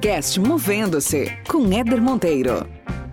podcast Movendo-se, com Éder Monteiro.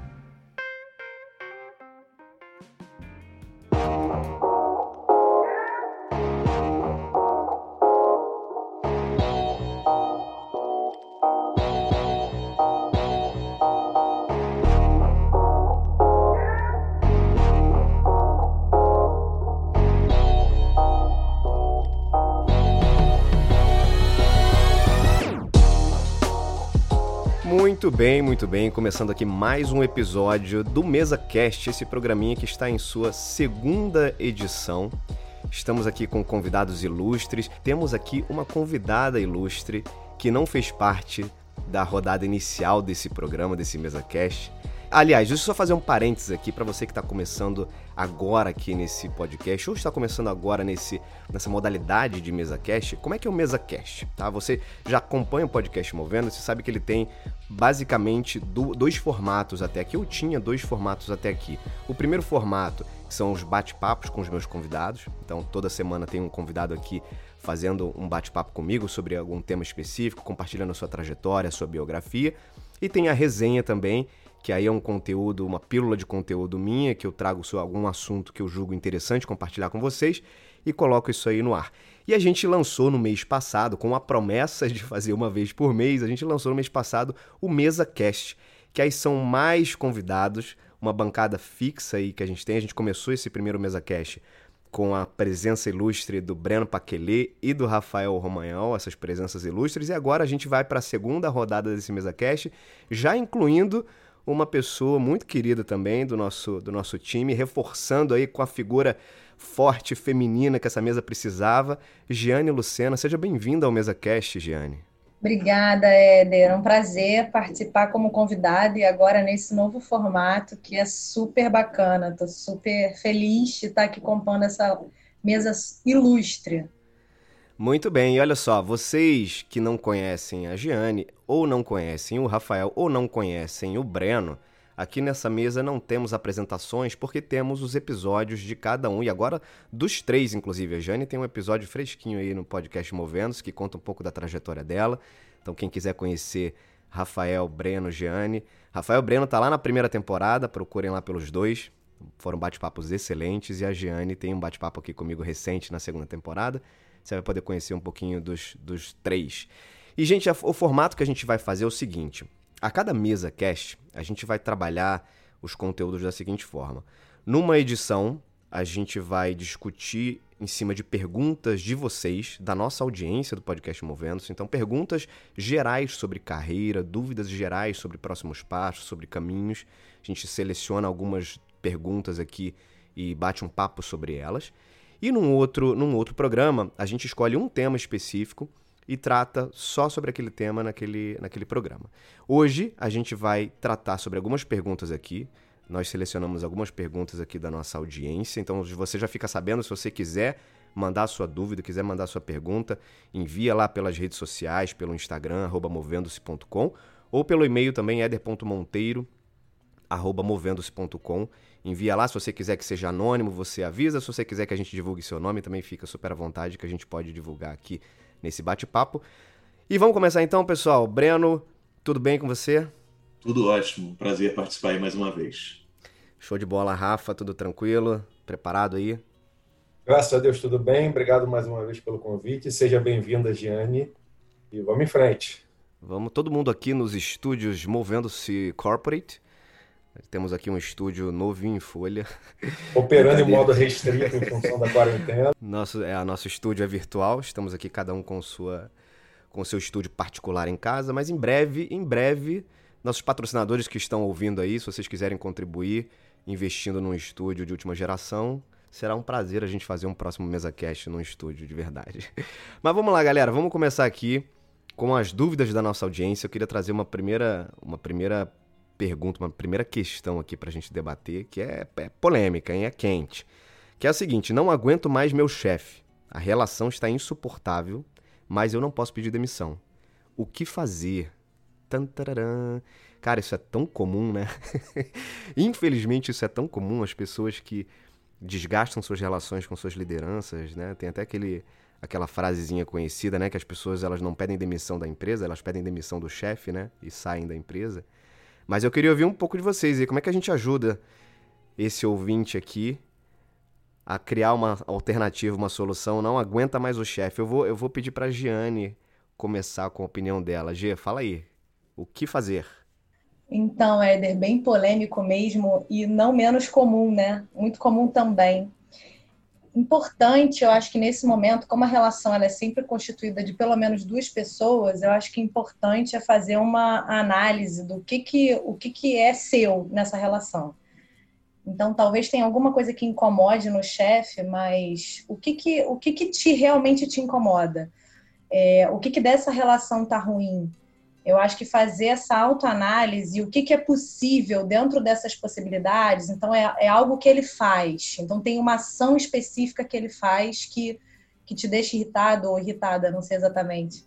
Muito bem, começando aqui mais um episódio do MesaCast, esse programinha que está em sua segunda edição. Estamos aqui com convidados ilustres, temos aqui uma convidada ilustre que não fez parte da rodada inicial desse programa, desse MesaCast. Aliás, deixa eu só fazer um parênteses aqui para você que está começando agora aqui nesse podcast, ou está começando agora nessa modalidade de MesaCast. Como é que é o MesaCast? Tá? Você já acompanha o podcast Movendo, você sabe que ele tem basicamente dois formatos até aqui. Eu tinha dois formatos até aqui. O primeiro formato, que são os bate-papos com os meus convidados. Então, toda semana tem um convidado aqui fazendo um bate-papo comigo sobre algum tema específico, compartilhando a sua trajetória, a sua biografia. E tem a resenha também, que aí é um conteúdo, uma pílula de conteúdo minha, que eu trago algum assunto que eu julgo interessante compartilhar com vocês e coloco isso aí no ar. E a gente lançou no mês passado, com a promessa de fazer uma vez por mês, a gente lançou no mês passado o MesaCast, que aí são mais convidados, uma bancada fixa aí que a gente tem. A gente começou esse primeiro MesaCast com a presença ilustre do Breno Paquelê e do Rafael Romagnol, essas presenças ilustres, e agora a gente vai para a segunda rodada desse MesaCast, já incluindo uma pessoa muito querida também do nosso time, reforçando aí com a figura forte, feminina que essa mesa precisava, Giane Lucena. Seja bem-vinda ao MesaCast, Giane. Obrigada, Éder. É um prazer participar como convidada e agora nesse novo formato que é super bacana. Estou super feliz de estar aqui compondo essa mesa ilustre. Muito bem, e olha só, vocês que não conhecem a Giane, ou não conhecem o Rafael, ou não conhecem o Breno, aqui nessa mesa não temos apresentações porque temos os episódios de cada um, e agora dos três, inclusive. A Giane tem um episódio fresquinho aí no podcast Movendo-se, que conta um pouco da trajetória dela. Então quem quiser conhecer Rafael, Breno, Giane. Rafael, Breno tá lá na primeira temporada, procurem lá pelos dois. Foram bate-papos excelentes, e a Giane tem um bate-papo aqui comigo recente na segunda temporada. Você vai poder conhecer um pouquinho dos três. E, gente, o formato que a gente vai fazer é o seguinte. A cada MesaCast, a gente vai trabalhar os conteúdos da seguinte forma. Numa edição, a gente vai discutir em cima de perguntas de vocês, da nossa audiência do podcast Movendo-se. Então, perguntas gerais sobre carreira, dúvidas gerais sobre próximos passos, sobre caminhos. A gente seleciona algumas perguntas aqui e bate um papo sobre elas. E num outro programa, a gente escolhe um tema específico e trata só sobre aquele tema naquele programa. Hoje, a gente vai tratar sobre algumas perguntas aqui. Nós selecionamos algumas perguntas aqui da nossa audiência. Então, você já fica sabendo, se você quiser mandar a sua dúvida, quiser mandar a sua pergunta, envia lá pelas redes sociais, pelo Instagram, @movendo-se.com, ou pelo e-mail também, eder.monteiro@movendo-se.com. Envia lá, se você quiser que seja anônimo, você avisa. Se você quiser que a gente divulgue seu nome, também fica super à vontade, que a gente pode divulgar aqui nesse bate-papo. E vamos começar então, pessoal. Breno, tudo bem com você? Tudo ótimo, prazer participar aí mais uma vez. Show de bola, Rafa, tudo tranquilo? Preparado aí? Graças a Deus, tudo bem. Obrigado mais uma vez pelo convite. Seja bem-vinda, Giane. E vamos em frente. Vamos, todo mundo aqui nos estúdios Movendo-se Corporate. Temos aqui um estúdio novinho em folha. Operando em modo restrito em função da quarentena. Nosso estúdio é virtual. Estamos aqui cada um com o seu estúdio particular em casa. Mas em breve, nossos patrocinadores que estão ouvindo aí, se vocês quiserem contribuir investindo num estúdio de última geração, será um prazer a gente fazer um próximo MesaCast num estúdio de verdade. Mas vamos lá, galera. Vamos começar aqui com as dúvidas da nossa audiência. Eu queria trazer uma primeira pergunta, uma primeira questão aqui pra gente debater, que é polêmica, hein? É quente. Que é a seguinte: não aguento mais meu chefe. A relação está insuportável, mas eu não posso pedir demissão. O que fazer? Tantararã. Cara, isso é tão comum, né? Infelizmente, isso é tão comum. As pessoas que desgastam suas relações com suas lideranças, né? Tem até aquela frasezinha conhecida, né? Que as pessoas elas não pedem demissão da empresa, elas pedem demissão do chefe, né? E saem da empresa. Mas eu queria ouvir um pouco de vocês aí. Como é que a gente ajuda esse ouvinte aqui a criar uma alternativa, uma solução? Não aguenta mais o chefe. Eu vou pedir para a Giane começar com a opinião dela. Gê, fala aí. O que fazer? Então, Éder, bem polêmico mesmo e não menos comum, né? Muito comum também. Importante, eu acho que nesse momento, como a relação ela é sempre constituída de pelo menos duas pessoas, eu acho que importante é fazer uma análise do o que é seu nessa relação. Então, talvez tenha alguma coisa que incomode no chefe, mas o que realmente te incomoda? O que dessa relação está ruim? Eu acho que fazer essa autoanálise, o que é possível dentro dessas possibilidades, então é algo que ele faz. Então tem uma ação específica que ele faz que te deixa irritado ou irritada, não sei exatamente.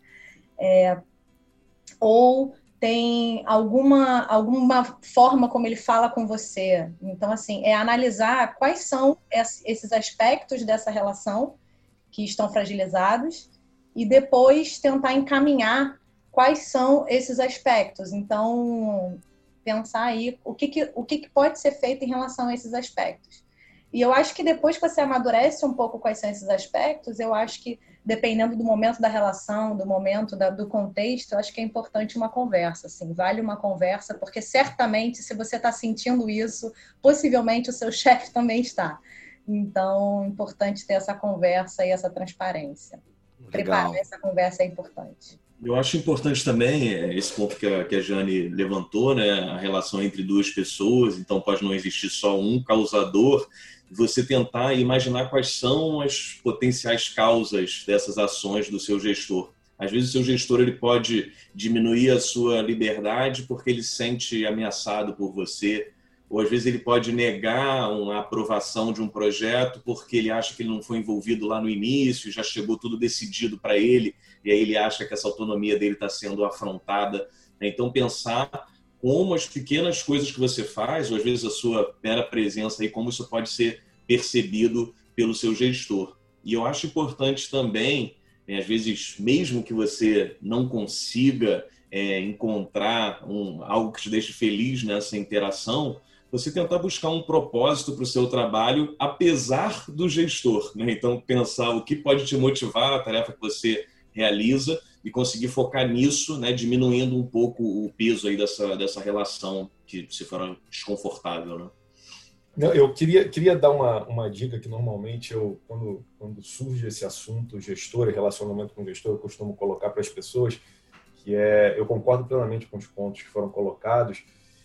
Ou tem alguma forma como ele fala com você. Então, assim, é analisar quais são esses aspectos dessa relação que estão fragilizados e depois tentar encaminhar quais são esses aspectos. Então, pensar aí o que pode ser feito em relação a esses aspectos. E eu acho que depois que você amadurece um pouco quais são esses aspectos, eu acho que, dependendo do momento da relação, do momento do contexto, eu acho que é importante uma conversa, assim, vale uma conversa, porque certamente, se você está sentindo isso, possivelmente o seu chefe também está. Então, é importante ter essa conversa e essa transparência. Legal. Preparar essa conversa é importante. Eu acho importante também esse ponto que a Jane levantou, né? A relação entre duas pessoas, então pode não existir só um causador, você tentar imaginar quais são as potenciais causas dessas ações do seu gestor. Às vezes o seu gestor ele pode diminuir a sua liberdade porque ele se sente ameaçado por você, ou às vezes ele pode negar a aprovação de um projeto porque ele acha que ele não foi envolvido lá no início, já chegou tudo decidido para ele, e aí ele acha que essa autonomia dele está sendo afrontada. Então, pensar como as pequenas coisas que você faz, ou às vezes a sua mera presença, aí, como isso pode ser percebido pelo seu gestor. E eu acho importante também, às vezes, mesmo que você não consiga encontrar algo que te deixe feliz nessa interação, você tentar buscar um propósito para o seu trabalho, apesar do gestor, né? Então, pensar o que pode te motivar, a tarefa que você realiza, e conseguir focar nisso, né? Diminuindo um pouco o peso aí dessa relação que se for desconfortável, né? Eu queria dar uma dica que normalmente quando surge esse assunto, gestor e relacionamento com gestor, eu costumo colocar para as pessoas, que eu concordo plenamente com os pontos que foram colocados,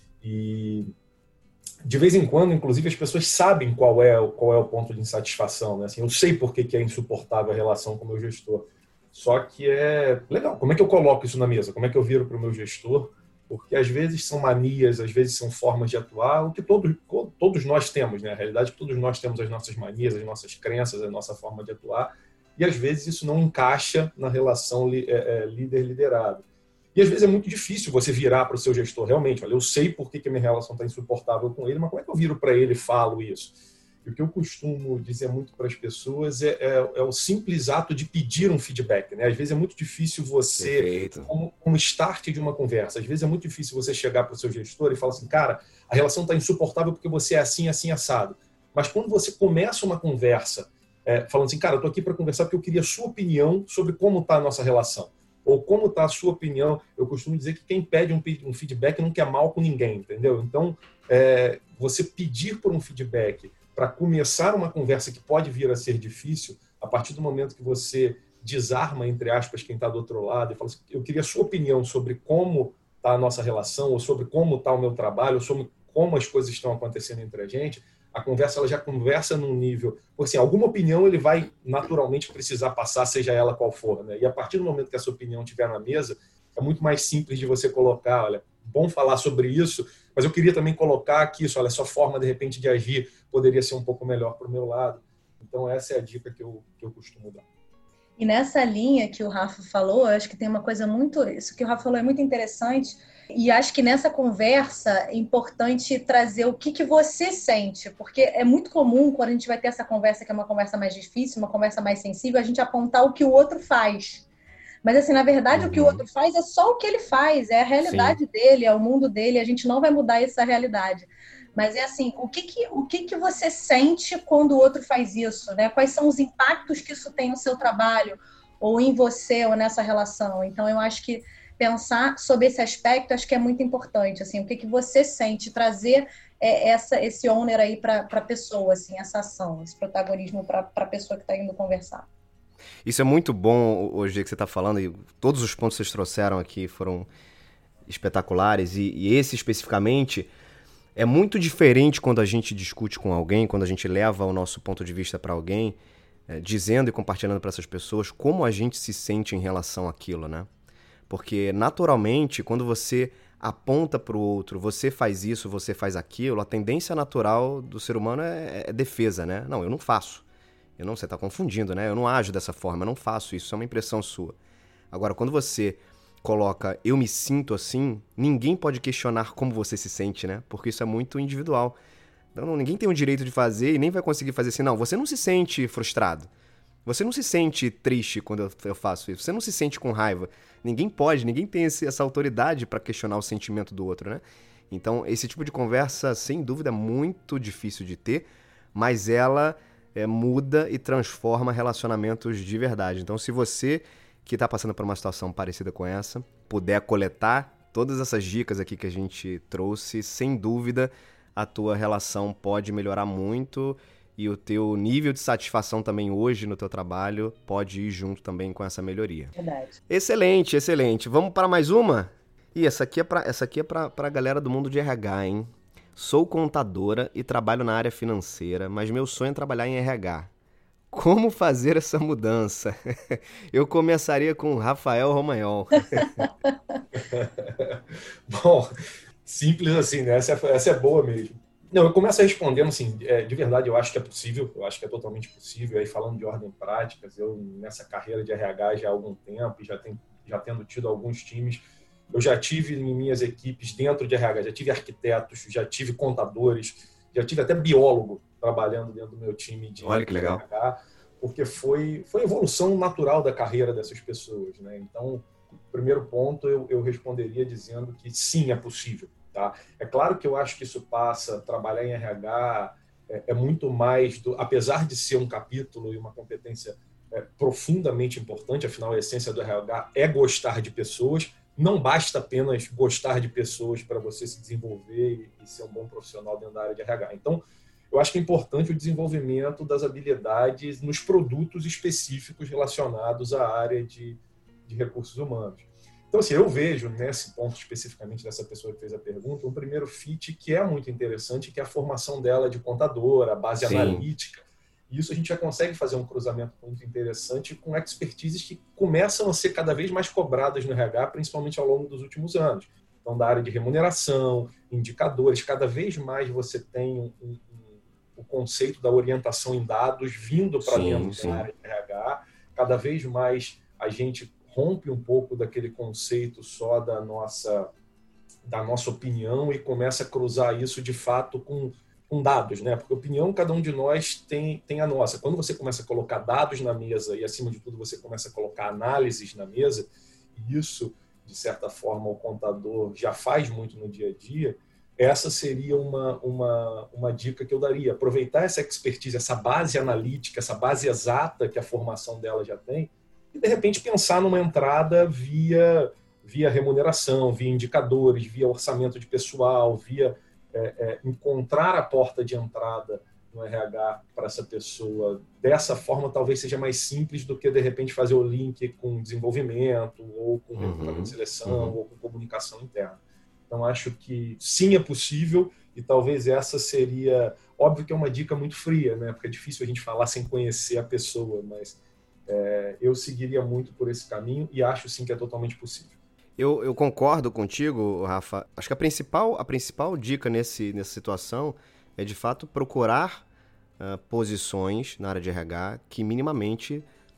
e de vez em quando, inclusive, as pessoas sabem qual é o ponto de insatisfação, né? Assim, eu sei por que é insuportável a relação com o meu gestor. Só que é legal. Como é que eu coloco isso na mesa? Como é que eu viro para o meu gestor? Porque às vezes são manias, às vezes são formas de atuar, o que todos nós temos, né? A realidade é que todos nós temos as nossas manias, as nossas crenças, a nossa forma de atuar, e às vezes isso não encaixa na relação líder-liderado. E às vezes é muito difícil você virar para o seu gestor, realmente, olha, eu sei por que a minha relação está insuportável com ele, mas como é que eu viro para ele e falo isso? E o que eu costumo dizer muito para as pessoas é o simples ato de pedir um feedback, né? Às vezes é muito difícil você, como start de uma conversa, às vezes é muito difícil você chegar para o seu gestor e falar assim, cara, a relação está insuportável porque você é assim, assim, assado. Mas quando você começa uma conversa falando assim, cara, eu estou aqui para conversar porque eu queria a sua opinião sobre como está a nossa relação. Ou como está a sua opinião, eu costumo dizer que quem pede um feedback não quer mal com ninguém, entendeu? Então, você pedir por um feedback para começar uma conversa que pode vir a ser difícil, a partir do momento que você desarma, entre aspas, quem está do outro lado e fala assim, eu queria a sua opinião sobre como está a nossa relação, ou sobre como está o meu trabalho, ou sobre como as coisas estão acontecendo entre a gente, a conversa ela já conversa num nível... Porque assim, alguma opinião ele vai naturalmente precisar passar, seja ela qual for, né? E a partir do momento que essa opinião estiver na mesa, é muito mais simples de você colocar, olha, bom falar sobre isso, mas eu queria também colocar que isso, olha, a sua forma, de repente, de agir poderia ser um pouco melhor para o meu lado. Então, essa é a dica que eu costumo dar. E nessa linha que o Rafa falou, eu acho que tem uma coisa muito... Isso que o Rafa falou é muito interessante, E acho que nessa conversa é importante trazer o que você sente, porque é muito comum quando a gente vai ter essa conversa, que é uma conversa mais difícil, uma conversa mais sensível, a gente apontar o que o outro faz. Mas, assim, na verdade, o que o outro faz é só o que ele faz, é a realidade dele, é o mundo dele, a gente não vai mudar essa realidade. Mas é assim, o que você sente quando o outro faz isso, né? Quais são os impactos que isso tem no seu trabalho, ou em você, ou nessa relação? Então, eu acho que pensar sobre esse aspecto, acho que é muito importante, assim, o que você sente, trazer esse owner aí para a pessoa, assim, essa ação, esse protagonismo para a pessoa que está indo conversar. Isso é muito bom hoje que você está falando, e todos os pontos que vocês trouxeram aqui foram espetaculares, e esse especificamente é muito diferente quando a gente discute com alguém, quando a gente leva o nosso ponto de vista para alguém, dizendo e compartilhando para essas pessoas como a gente se sente em relação àquilo, né? Porque, naturalmente, quando você aponta para o outro, você faz isso, você faz aquilo, a tendência natural do ser humano é defesa, né? Não, eu não faço. Você está confundindo, né? Eu não ajo dessa forma, eu não faço isso, é uma impressão sua. Agora, quando você coloca eu me sinto assim, ninguém pode questionar como você se sente, né? Porque isso é muito individual. Então, ninguém tem o direito de fazer e nem vai conseguir fazer assim. Não, você não se sente frustrado. Você não se sente triste quando eu faço isso. Você não se sente com raiva. Ninguém tem essa autoridade para questionar o sentimento do outro, né? Então, esse tipo de conversa, sem dúvida, é muito difícil de ter, mas ela muda e transforma relacionamentos de verdade. Então, se você que está passando por uma situação parecida com essa, puder coletar todas essas dicas aqui que a gente trouxe, sem dúvida, a tua relação pode melhorar muito e o teu nível de satisfação também hoje no teu trabalho pode ir junto também com essa melhoria. Verdade. Excelente, excelente. Vamos para mais uma? E essa aqui é para a galera do mundo de RH, hein? Sou contadora e trabalho na área financeira, mas meu sonho é trabalhar em RH. Como fazer essa mudança? Eu começaria com Rafael Romagnol. Bom, simples assim, né? Essa é boa mesmo. Não, eu começo respondendo assim, de verdade, eu acho que é possível, eu acho que é totalmente possível. Aí falando de ordem práticas, eu nessa carreira de RH já há algum tempo, já tendo tido alguns times, eu já tive em minhas equipes dentro de RH, já tive arquitetos, já tive contadores, já tive até biólogo trabalhando dentro do meu time de Olha que legal. RH, porque foi a evolução natural da carreira dessas pessoas, né? Então, o primeiro ponto eu responderia dizendo que sim, é possível. Tá? É claro que eu acho que isso passa, trabalhar em RH é muito mais, apesar de ser um capítulo e uma competência profundamente importante, afinal a essência do RH é gostar de pessoas, não basta apenas gostar de pessoas para você se desenvolver e ser um bom profissional dentro da área de RH. Então, eu acho que é importante o desenvolvimento das habilidades nos produtos específicos relacionados à área de recursos humanos. Então, assim, eu vejo nesse ponto especificamente dessa pessoa que fez a pergunta, um primeiro fit que é muito interessante, que é a formação dela de contadora, a base analítica. E isso a gente já consegue fazer um cruzamento muito interessante com expertises que começam a ser cada vez mais cobradas no RH, principalmente ao longo dos últimos anos. Então, da área de remuneração, indicadores, cada vez mais você tem o conceito da orientação em dados vindo para dentro da área de RH, cada vez mais a gente rompe um pouco daquele conceito só da nossa opinião e começa a cruzar isso de fato com dados, né? Porque opinião, cada um de nós tem a nossa. Quando você começa a colocar dados na mesa e, acima de tudo, você começa a colocar análises na mesa, e isso, de certa forma, o contador já faz muito no dia a dia, essa seria uma dica que eu daria. Aproveitar essa expertise, essa base analítica, essa base exata que a formação dela já tem, e, de repente, pensar numa entrada via remuneração, via indicadores, via orçamento de pessoal, via encontrar a porta de entrada no RH para essa pessoa. Dessa forma, talvez seja mais simples do que, de repente, fazer o link com desenvolvimento, ou com recrutamento de seleção, ou com comunicação interna. Então, acho que sim, é possível, e talvez essa seria... Óbvio que é uma dica muito fria, né? Porque é difícil a gente falar sem conhecer a pessoa, mas eu seguiria muito por esse caminho e acho sim que é totalmente possível. Eu concordo contigo, Rafa. Acho que a principal dica nessa situação é, de fato, procurar posições na área de RH que minimamente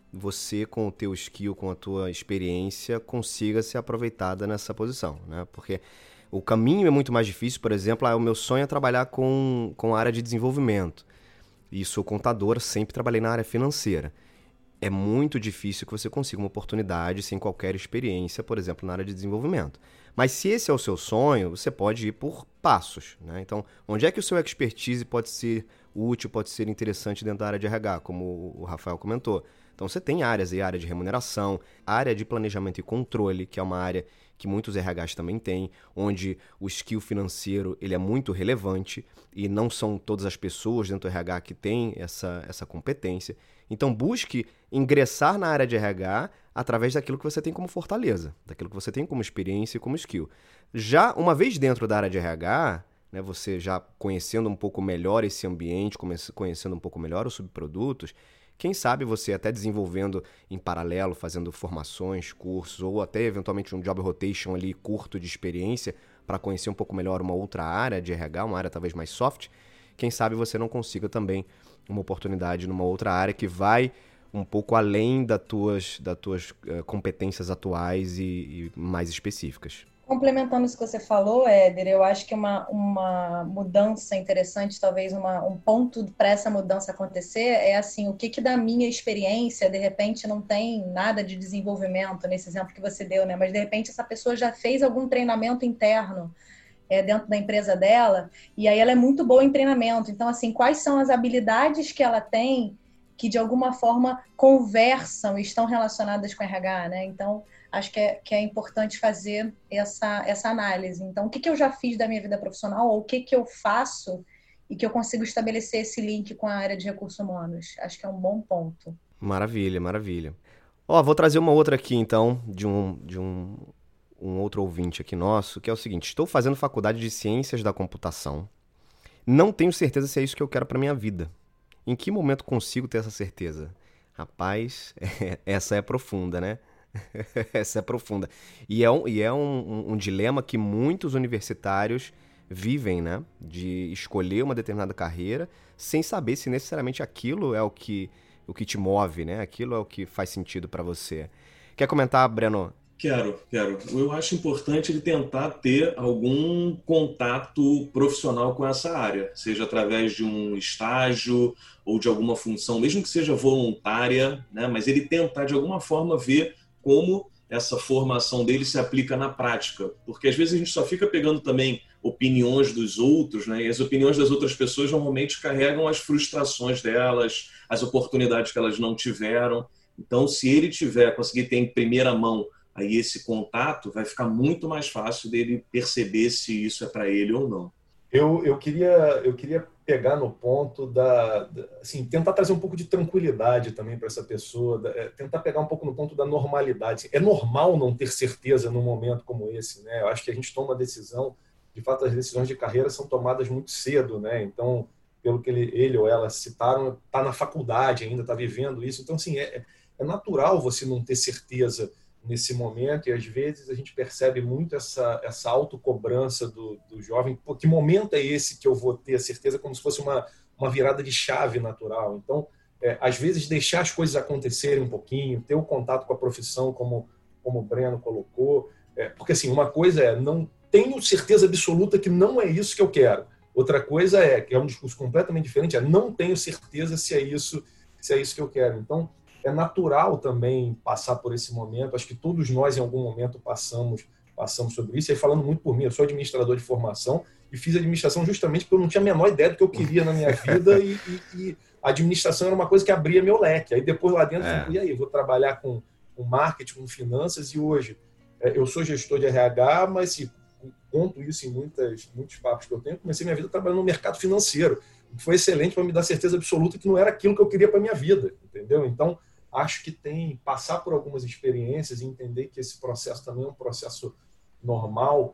você com o teu skill, com a tua experiência, consiga ser aproveitada nessa posição, né? Porque o caminho é muito mais difícil. Por exemplo, o meu sonho é trabalhar com a área de desenvolvimento. E sou contador, sempre trabalhei na área financeira. É muito difícil que você consiga uma oportunidade sem qualquer experiência, por exemplo, na área de desenvolvimento. Mas se esse é o seu sonho, você pode ir por passos, né? Então, onde é que o seu expertise pode ser útil, pode ser interessante dentro da área de RH, como o Rafael comentou? Então, você tem áreas aí, área de remuneração, área de planejamento e controle, que é uma área que muitos RHs também têm, onde o skill financeiro ele é muito relevante e não são todas as pessoas dentro do RH que têm essa competência. Então, busque ingressar na área de RH através daquilo que você tem como fortaleza, daquilo que você tem como experiência e como skill. Já uma vez dentro da área de RH, né, você já conhecendo um pouco melhor esse ambiente, conhecendo um pouco melhor os subprodutos, quem sabe você até desenvolvendo em paralelo, fazendo formações, cursos, ou até eventualmente um job rotation ali curto de experiência para conhecer um pouco melhor uma outra área de RH, uma área talvez mais soft, quem sabe você não consiga também uma oportunidade numa outra área que vai um pouco além das tuas competências atuais e mais específicas. Complementando isso que você falou, Éder, eu acho que uma mudança interessante, talvez um ponto para essa mudança acontecer é assim, o que da minha experiência, de repente não tem nada de desenvolvimento, nesse exemplo que você deu, né? Mas de repente essa pessoa já fez algum treinamento interno dentro da empresa dela, e aí ela é muito boa em treinamento. Então, assim, quais são as habilidades que ela tem que de alguma forma conversam e estão relacionadas com RH, né? Então, acho que é importante fazer essa análise. Então, o que eu já fiz da minha vida profissional ou o que eu faço e que eu consigo estabelecer esse link com a área de recursos humanos. Acho que é um bom ponto. Maravilha, maravilha. Vou trazer uma outra aqui, então, de um outro ouvinte aqui nosso, que é o seguinte: estou fazendo faculdade de Ciências da Computação. Não tenho certeza se é isso que eu quero para minha vida. Em que momento consigo ter essa certeza? Rapaz, essa é profunda, né? Essa é profunda. E é um dilema que muitos universitários vivem, né? De escolher uma determinada carreira sem saber se necessariamente aquilo é o que te move, né? Aquilo é o que faz sentido para você. Quer comentar, Breno? Quero. Eu acho importante ele tentar ter algum contato profissional com essa área, seja através de um estágio ou de alguma função, mesmo que seja voluntária, né? Mas ele tentar de alguma forma ver como essa formação dele se aplica na prática, porque às vezes a gente só fica pegando também opiniões dos outros, né? E as opiniões das outras pessoas normalmente carregam as frustrações delas, as oportunidades que elas não tiveram. Então, se ele conseguir ter em primeira mão aí esse contato, vai ficar muito mais fácil dele perceber se isso é para ele ou não. Eu queria pegar no ponto assim, tentar trazer um pouco de tranquilidade também para essa pessoa, tentar pegar um pouco no ponto da normalidade. É normal não ter certeza num momento como esse, né? Eu acho que a gente toma decisão, de fato as decisões de carreira são tomadas muito cedo, né? Então, pelo que ele ou ela citaram, está na faculdade ainda, está vivendo isso. Então, assim, é natural você não ter certeza nesse momento, e às vezes a gente percebe muito essa autocobrança do jovem. Pô, que momento é esse que eu vou ter a certeza, como se fosse uma virada de chave natural. Então, às vezes, deixar as coisas acontecerem um pouquinho, ter o contato com a profissão, como o Breno colocou, porque assim, uma coisa não tenho certeza absoluta que não é isso que eu quero. Outra coisa que é um discurso completamente diferente, não tenho certeza se é isso que eu quero. Então, é natural também passar por esse momento. Acho que todos nós, em algum momento, passamos sobre isso. E aí, falando muito por mim, eu sou administrador de formação e fiz administração justamente porque eu não tinha a menor ideia do que eu queria na minha vida e a administração era uma coisa que abria meu leque. Aí depois lá dentro, e aí, eu vou trabalhar com marketing, com finanças, e hoje eu sou gestor de RH, mas se conto isso em muitos papos que eu tenho, comecei minha vida trabalhando no mercado financeiro. Foi excelente para me dar certeza absoluta que não era aquilo que eu queria para minha vida, entendeu? Então, acho que passar por algumas experiências e entender que esse processo também é um processo normal,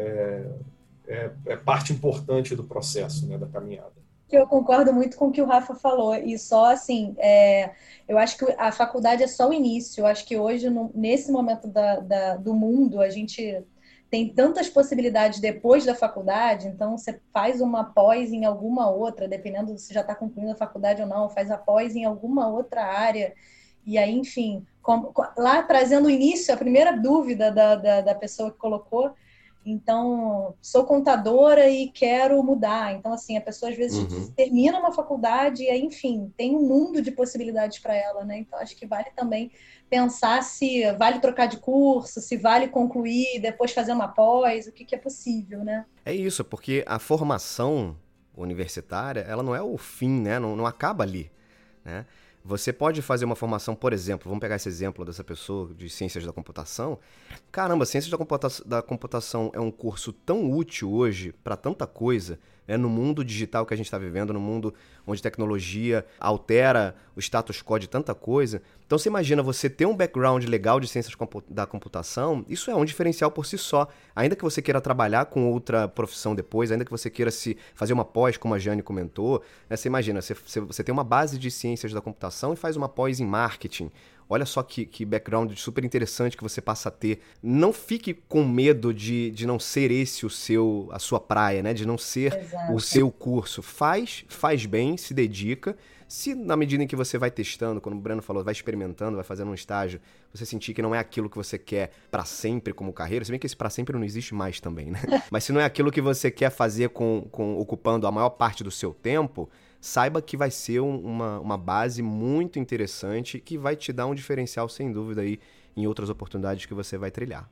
é parte importante do processo, né, da caminhada. Eu concordo muito com o que o Rafa falou, e só assim, eu acho que a faculdade é só o início. Eu acho que hoje, nesse momento do mundo, a gente tem tantas possibilidades depois da faculdade. Então você faz uma pós em alguma outra, dependendo se já está concluindo a faculdade ou não, faz a pós em alguma outra área. E aí, enfim, lá trazendo o início, a primeira dúvida da pessoa que colocou, então, sou contadora e quero mudar. Então, assim, a pessoa às vezes termina uma faculdade e aí, enfim, tem um mundo de possibilidades para ela, né? Então, acho que vale também pensar se vale trocar de curso, se vale concluir, depois fazer uma pós, o que é possível, né? É isso, porque a formação universitária, ela não é o fim, né? Não acaba ali, né? Você pode fazer uma formação, por exemplo, vamos pegar esse exemplo dessa pessoa de ciências da computação. Caramba, ciências da computação é um curso tão útil hoje para tanta coisa, né? No mundo digital que a gente está vivendo, no mundo onde tecnologia altera o status quo de tanta coisa. Então você imagina você ter um background legal de ciências da computação, isso é um diferencial por si só. Ainda que você queira trabalhar com outra profissão depois, ainda que você queira se fazer uma pós, como a Jane comentou, né? Você imagina, você tem uma base de ciências da computação e faz uma pós em marketing. Olha só que background super interessante que você passa a ter. Não fique com medo de não ser esse a sua praia, né? De não ser o seu curso. Faz bem, se dedica. Se na medida em que você vai testando, como o Breno falou, vai experimentando, vai fazendo um estágio, você sentir que não é aquilo que você quer pra sempre como carreira, se bem que esse pra sempre não existe mais também, né? Mas se não é aquilo que você quer fazer ocupando a maior parte do seu tempo, saiba que vai ser uma base muito interessante que vai te dar um diferencial, sem dúvida, aí, em outras oportunidades que você vai trilhar.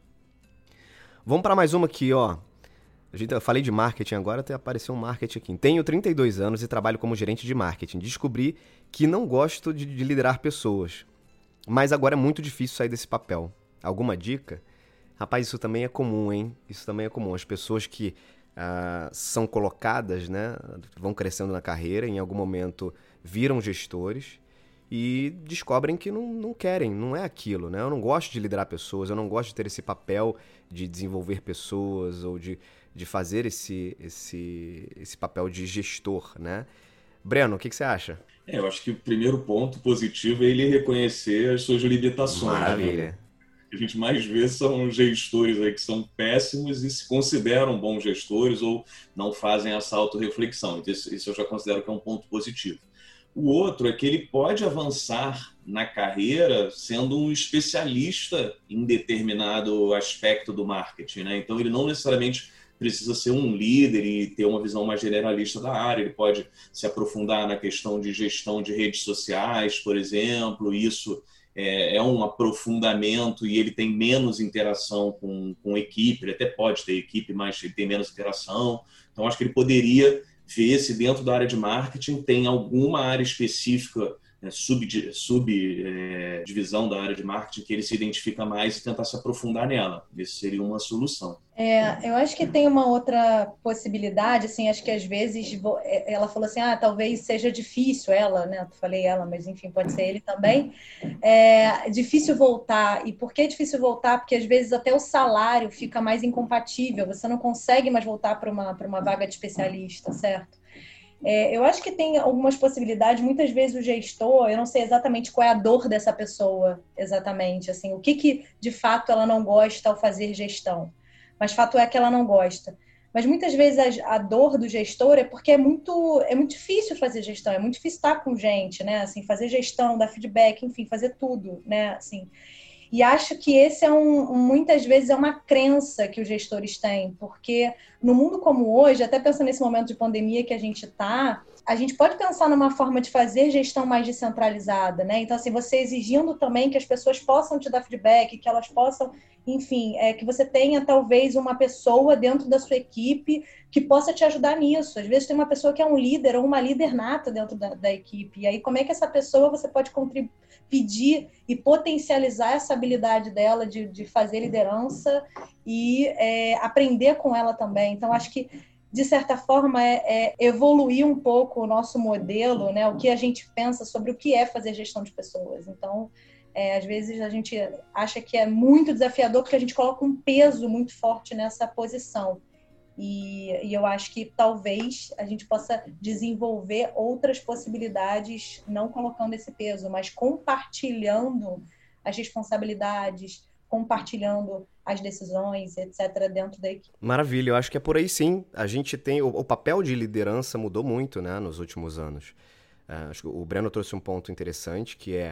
Vamos para mais uma aqui, ó. Eu falei de marketing agora, até apareceu um marketing aqui. Tenho 32 anos e trabalho como gerente de marketing. Descobri que não gosto de liderar pessoas, mas agora é muito difícil sair desse papel. Alguma dica? Rapaz, isso também é comum, hein? Isso também é comum. As pessoas que são colocadas, né, vão crescendo na carreira, em algum momento viram gestores e descobrem que não querem, não é aquilo, né? Eu não gosto de liderar pessoas, eu não gosto de ter esse papel de desenvolver pessoas ou de fazer esse papel de gestor, né? Breno, o que você acha? Eu acho que o primeiro ponto positivo é ele reconhecer as suas limitações. Maravilha. Né? O que a gente mais vê são gestores aí que são péssimos e se consideram bons gestores ou não fazem essa autorreflexão. Então, isso eu já considero que é um ponto positivo. O outro é que ele pode avançar na carreira sendo um especialista em determinado aspecto do marketing, né? Então, ele não necessariamente precisa ser um líder e ter uma visão mais generalista da área. Ele pode se aprofundar na questão de gestão de redes sociais, por exemplo. Isso é um aprofundamento e ele tem menos interação com equipe. Ele até pode ter equipe, mas ele tem menos interação. Então, acho que ele poderia ver se dentro da área de marketing tem alguma área específica, subdivisão da área de marketing que ele se identifica mais e tentar se aprofundar nela. Isso seria uma solução. Eu acho que tem uma outra possibilidade, assim, acho que às vezes ela falou assim, talvez seja difícil ela, né? Eu falei ela, mas enfim, pode ser ele também. É difícil voltar. E por que é difícil voltar? Porque às vezes até o salário fica mais incompatível, você não consegue mais voltar para uma vaga de especialista, certo? Eu acho que tem algumas possibilidades. Muitas vezes o gestor, eu não sei exatamente qual é a dor dessa pessoa, exatamente, assim, o que de fato ela não gosta ao fazer gestão. Mas fato é que ela não gosta. Mas muitas vezes a dor do gestor é porque é muito difícil fazer gestão, é muito difícil estar com gente, né? Assim, fazer gestão, dar feedback, enfim, fazer tudo, né? Assim, e acho que esse muitas vezes é uma crença que os gestores têm, porque no mundo como hoje, até pensando nesse momento de pandemia que a gente está, a gente pode pensar numa forma de fazer gestão mais descentralizada, né? Então, assim, você exigindo também que as pessoas possam te dar feedback, que elas possam, enfim, que você tenha talvez uma pessoa dentro da sua equipe que possa te ajudar nisso. Às vezes tem uma pessoa que é um líder ou uma líder nata dentro da equipe. E aí, como é que essa pessoa você pode pedir e potencializar essa habilidade dela de fazer liderança e aprender com ela também. Então, acho que, de certa forma, evoluir um pouco o nosso modelo, né? O que a gente pensa sobre o que é fazer gestão de pessoas. Então, às vezes a gente acha que é muito desafiador porque a gente coloca um peso muito forte nessa posição. E eu acho que talvez a gente possa desenvolver outras possibilidades, não colocando esse peso, mas compartilhando as responsabilidades, compartilhando as decisões, etc., dentro da equipe. Maravilha, eu acho que é por aí sim. A gente tem... O papel de liderança mudou muito, né, nos últimos anos. Acho que o Breno trouxe um ponto interessante, que é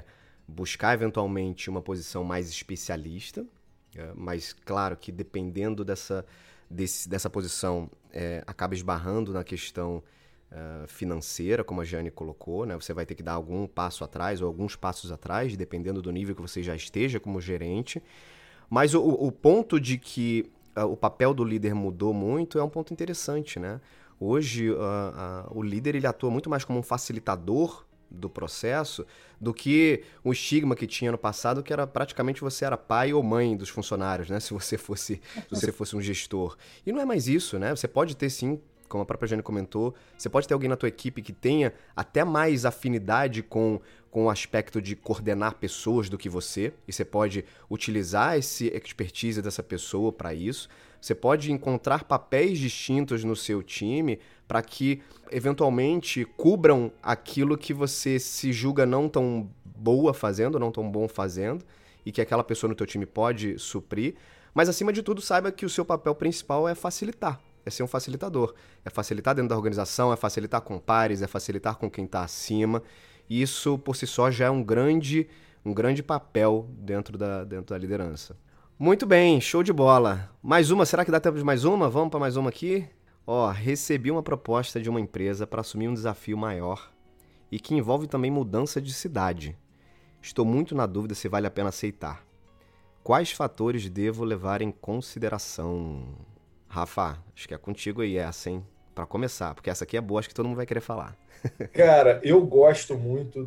buscar eventualmente uma posição mais especialista, mas claro que dependendo dessa posição, acaba esbarrando na questão financeira, como a Jane colocou, né? Você vai ter que dar algum passo atrás ou alguns passos atrás, dependendo do nível que você já esteja como gerente. Mas o ponto de que o papel do líder mudou muito é um ponto interessante, né? Hoje, o líder ele atua muito mais como um facilitador do processo do que o estigma que tinha no passado, que era praticamente você era pai ou mãe dos funcionários, né? Se você fosse um gestor. E não é mais isso, né? Você pode ter, sim, como a própria Jane comentou, você pode ter alguém na tua equipe que tenha até mais afinidade com o aspecto de coordenar pessoas do que você, e você pode utilizar esse expertise dessa pessoa para isso. Você pode encontrar papéis distintos no seu time para que, eventualmente, cubram aquilo que você se julga não tão boa fazendo, não tão bom fazendo, e que aquela pessoa no teu time pode suprir. Mas, acima de tudo, saiba que o seu papel principal é facilitar. É ser um facilitador. É facilitar dentro da organização, é facilitar com pares, é facilitar com quem está acima. E isso, por si só, já é um grande papel dentro da liderança. Muito bem, show de bola. Mais uma, será que dá tempo de mais uma? Vamos para mais uma aqui? Recebi uma proposta de uma empresa para assumir um desafio maior e que envolve também mudança de cidade. Estou muito na dúvida se vale a pena aceitar. Quais fatores devo levar em consideração? Rafa, acho que é contigo aí essa, hein? Para começar, porque essa aqui é boa, acho que todo mundo vai querer falar. Cara, eu gosto muito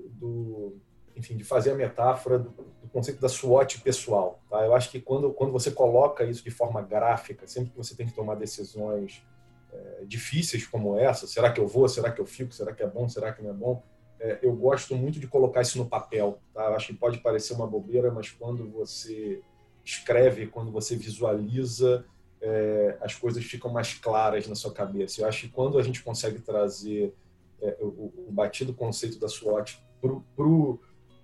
de fazer a metáfora do conceito da SWOT pessoal. Tá? Eu acho que quando você coloca isso de forma gráfica, sempre que você tem que tomar decisões difíceis como essa, será que eu vou, será que eu fico, será que é bom, será que não é bom, eu gosto muito de colocar isso no papel. Tá? Eu acho que pode parecer uma bobeira, mas quando você escreve, quando você visualiza, as coisas ficam mais claras na sua cabeça. Eu acho que quando a gente consegue trazer o batido conceito da SWOT pro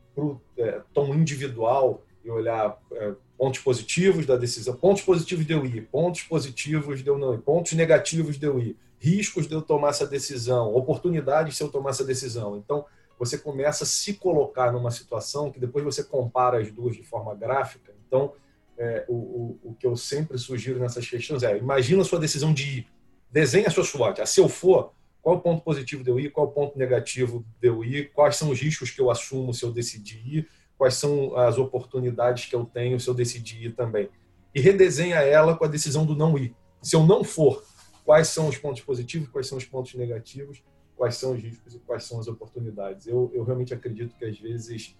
tom individual e olhar pontos positivos da decisão, pontos positivos de eu ir, pontos positivos de eu não ir, pontos negativos de eu ir, riscos de eu tomar essa decisão, oportunidades se eu tomar essa decisão. Então, você começa a se colocar numa situação que depois você compara as duas de forma gráfica. Então, o que eu sempre sugiro nessas questões imagina a sua decisão de ir, desenha a sua SWOT. Se eu for, qual é o ponto positivo de eu ir, qual é o ponto negativo de eu ir, quais são os riscos que eu assumo se eu decidir ir, quais são as oportunidades que eu tenho se eu decidir ir também. E redesenha ela com a decisão do não ir. Se eu não for, quais são os pontos positivos, quais são os pontos negativos, quais são os riscos e quais são as oportunidades. Eu realmente acredito que, às vezes,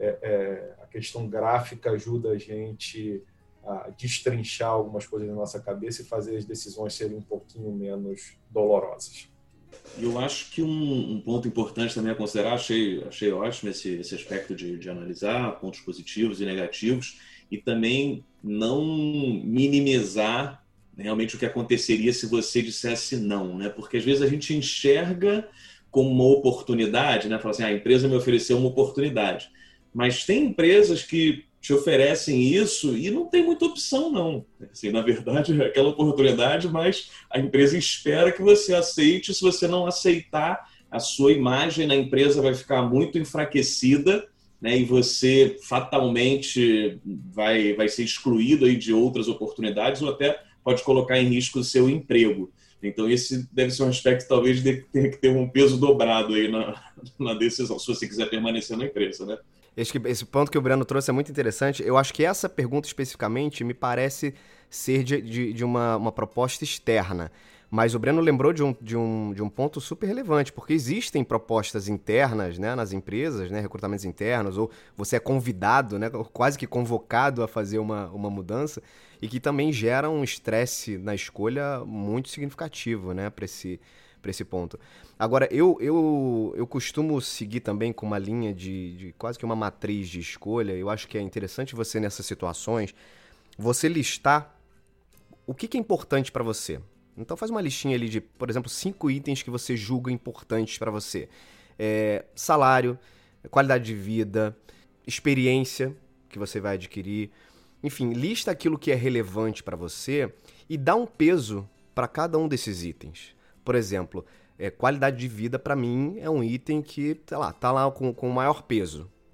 a questão gráfica ajuda a gente a destrinchar algumas coisas na nossa cabeça e fazer as decisões serem um pouquinho menos dolorosas. Eu acho que um ponto importante também a considerar, achei ótimo esse aspecto de analisar pontos positivos e negativos e também não minimizar realmente o que aconteceria se você dissesse não, né? Porque às vezes a gente enxerga como uma oportunidade, né? Fala assim, a empresa me ofereceu uma oportunidade. Mas tem empresas que te oferecem isso e não tem muita opção, não. Assim, na verdade, é aquela oportunidade, mas a empresa espera que você aceite. Se você não aceitar, a sua imagem na empresa vai ficar muito enfraquecida, né? E você fatalmente vai ser excluído aí de outras oportunidades ou até pode colocar em risco o seu emprego. Então, esse deve ser um aspecto, talvez, de ter que ter um peso dobrado aí na decisão, se você quiser permanecer na empresa, né? Esse ponto que o Breno trouxe é muito interessante. Eu acho que essa pergunta especificamente me parece ser de uma proposta externa. Mas o Breno lembrou de um ponto super relevante, porque existem propostas internas, né, nas empresas, né, recrutamentos internos, ou você é convidado, né, quase que convocado a fazer uma mudança, e que também gera um estresse na escolha muito significativo, né, para esse ponto. Agora, eu costumo seguir também com uma linha de quase que uma matriz de escolha. Eu acho que é interessante você, nessas situações, você listar o que é importante para você. Então faz uma listinha ali de, por exemplo, 5 itens que você julga importantes para você. Salário, qualidade de vida, experiência que você vai adquirir. Enfim, lista aquilo que é relevante para você e dá um peso para cada um desses itens. Por exemplo, qualidade de vida, para mim, é um item que, sei lá, tá lá com o maior peso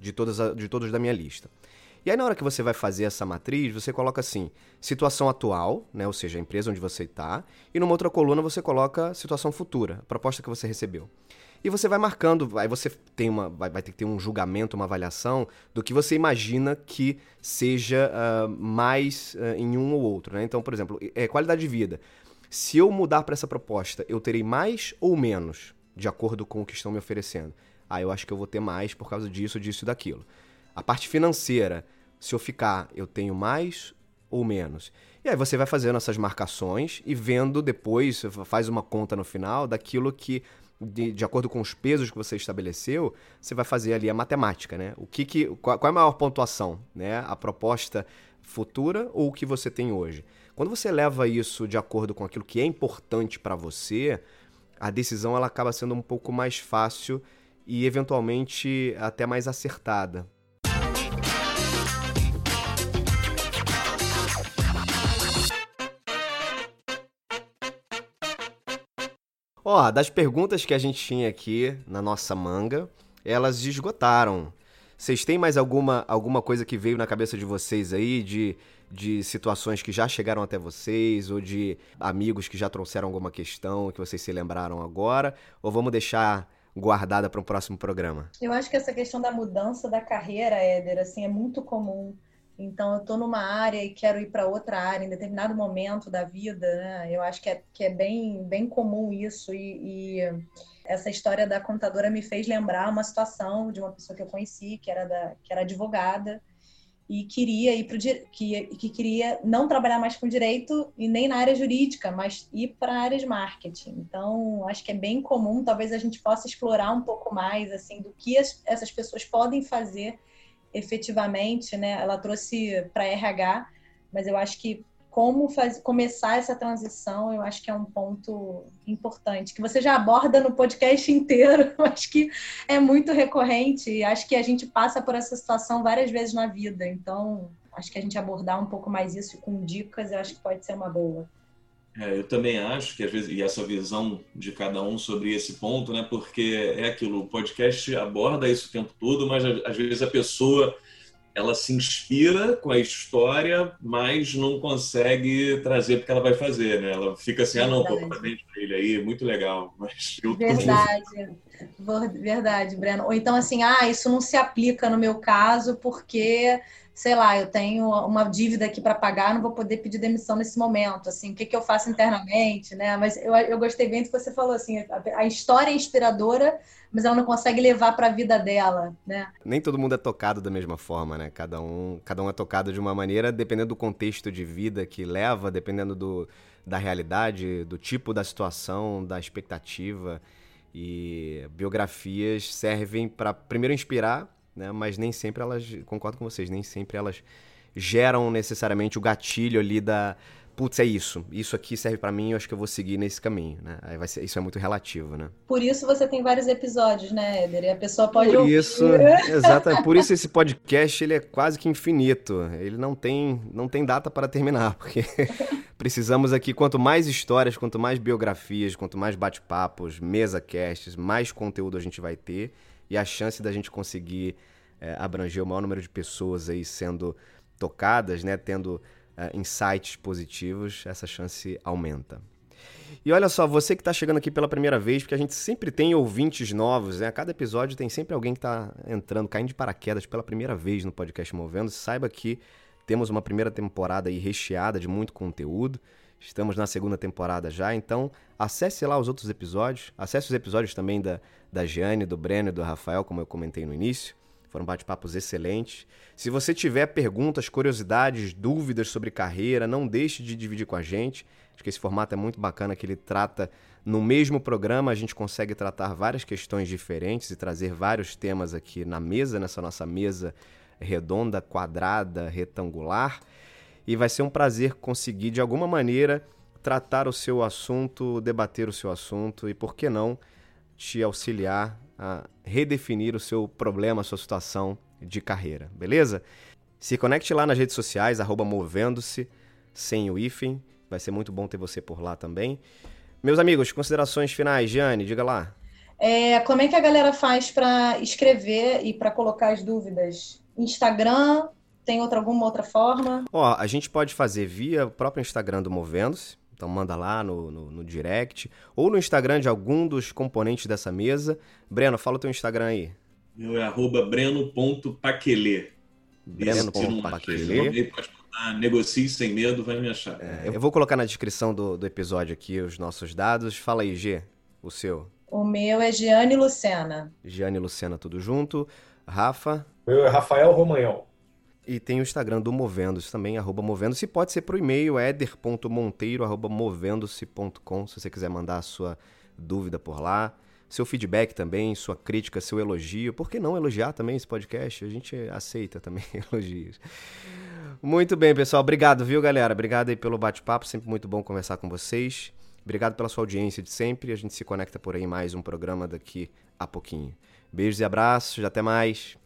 de todos da minha lista. E aí, na hora que você vai fazer essa matriz, você coloca assim, situação atual, né? Ou seja, a empresa onde você está, e numa outra coluna você coloca situação futura, a proposta que você recebeu. E você vai marcando, aí você vai ter que ter um julgamento, uma avaliação do que você imagina que seja mais em um ou outro, né? Então, por exemplo, qualidade de vida. Se eu mudar para essa proposta, eu terei mais ou menos, de acordo com o que estão me oferecendo? Eu acho que eu vou ter mais por causa disso, disso e daquilo. A parte financeira, se eu ficar, eu tenho mais ou menos? E aí você vai fazendo essas marcações e vendo depois, faz uma conta no final daquilo que, de acordo com os pesos que você estabeleceu, você vai fazer ali a matemática, né? Qual é a maior pontuação, né? A proposta futura ou o que você tem hoje? Quando você leva isso de acordo com aquilo que é importante para você, a decisão ela acaba sendo um pouco mais fácil e eventualmente até mais acertada. Das perguntas que a gente tinha aqui na nossa manga, elas esgotaram. Vocês têm mais alguma coisa que veio na cabeça de vocês aí, de situações que já chegaram até vocês, ou de amigos que já trouxeram alguma questão que vocês se lembraram agora? Ou vamos deixar guardada para um próximo programa? Eu acho que essa questão da mudança da carreira, Éder, assim, é muito comum. Então, eu estou numa área e quero ir para outra área em determinado momento da vida, né? Eu acho que é bem comum isso. E essa história da contadora me fez lembrar uma situação de uma pessoa que eu conheci, que era advogada, e queria ir que queria não trabalhar mais com direito e nem na área jurídica, mas ir para a área de marketing. Então, acho que é bem comum, talvez a gente possa explorar um pouco mais assim do que essas pessoas podem fazer efetivamente, né? Ela trouxe para RH, mas eu acho que começar essa transição, eu acho que é um ponto importante, que você já aborda no podcast inteiro, eu acho que é muito recorrente, e acho que a gente passa por essa situação várias vezes na vida, então acho que a gente abordar um pouco mais isso com dicas, eu acho que pode ser uma boa. Eu também acho que às vezes, e essa visão de cada um sobre esse ponto, né? Porque é aquilo, o podcast aborda isso o tempo todo, mas às vezes a pessoa ela se inspira com a história, mas não consegue trazer porque ela vai fazer, né? Ela fica assim, não, pô, parabéns pra ele aí, muito legal. Mas Verdade, Breno. Ou então assim, isso não se aplica no meu caso porque, sei lá, eu tenho uma dívida aqui para pagar, não vou poder pedir demissão nesse momento, assim, o que eu faço internamente, né? Mas eu gostei bem do que você falou, assim, a história é inspiradora, mas ela não consegue levar para a vida dela, né? Nem todo mundo é tocado da mesma forma, né? Cada um é tocado de uma maneira, dependendo do contexto de vida que leva, dependendo da realidade, do tipo da situação, da expectativa. E biografias servem para, primeiro, inspirar, né? Mas nem sempre elas, concordo com vocês, nem sempre elas geram necessariamente o gatilho ali putz, é isso aqui serve pra mim, eu acho que eu vou seguir nesse caminho, né? Aí isso é muito relativo, né? Por isso você tem vários episódios, né, Éder? E a pessoa pode ouvir. Exato, por isso esse podcast ele é quase que infinito, ele não tem data para terminar, porque precisamos aqui, quanto mais histórias, quanto mais biografias, quanto mais bate-papos, mesa-casts, mais conteúdo a gente vai ter, e a chance da gente conseguir abranger o maior número de pessoas aí sendo tocadas, né, tendo insights positivos, essa chance aumenta. E olha só, você que está chegando aqui pela primeira vez, porque a gente sempre tem ouvintes novos, né? A cada episódio tem sempre alguém que está entrando, caindo de paraquedas pela primeira vez no podcast Movendo. Saiba que temos uma primeira temporada aí recheada de muito conteúdo. Estamos na segunda temporada já, então acesse lá os outros episódios. Acesse os episódios também da Jane, do Breno e do Rafael, como eu comentei no início. Foram bate-papos excelentes. Se você tiver perguntas, curiosidades, dúvidas sobre carreira, não deixe de dividir com a gente. Acho que esse formato é muito bacana, que ele trata, no mesmo programa, a gente consegue tratar várias questões diferentes e trazer vários temas aqui na mesa, nessa nossa mesa redonda, quadrada, retangular. E vai ser um prazer conseguir, de alguma maneira, tratar o seu assunto, debater o seu assunto e, por que não, te auxiliar a redefinir o seu problema, a sua situação de carreira, beleza? Se conecte lá nas redes sociais, @movendo-se, sem o hífen, vai ser muito bom ter você por lá também. Meus amigos, considerações finais, Jane, diga lá. Como é que a galera faz para escrever e para colocar as dúvidas? Instagram? Tem alguma outra forma? Ó, a gente pode fazer via o próprio Instagram do Movendo-se. Então manda lá no direct. Ou no Instagram de algum dos componentes dessa mesa. Breno, fala o teu Instagram aí. Meu é @breno.paquelê. Breno.paquelê. Pode botar, negocie sem medo, vai me achar. Eu vou colocar na descrição do episódio aqui os nossos dados. Fala aí, G, o seu. O meu é Giane Lucena. Giane Lucena, tudo junto. Rafa. O meu é Rafael Romanhol. E tem o Instagram do Movendo-se também, @Movendo-se. Pode ser pro e-mail, eder.monteiro@movendo-se.com, se você quiser mandar a sua dúvida por lá. Seu feedback também, sua crítica, seu elogio. Por que não elogiar também esse podcast? A gente aceita também elogios. Muito bem, pessoal. Obrigado, viu, galera? Obrigado aí pelo bate-papo. Sempre muito bom conversar com vocês. Obrigado pela sua audiência de sempre. A gente se conecta por aí em mais um programa daqui a pouquinho. Beijos e abraços. Até mais.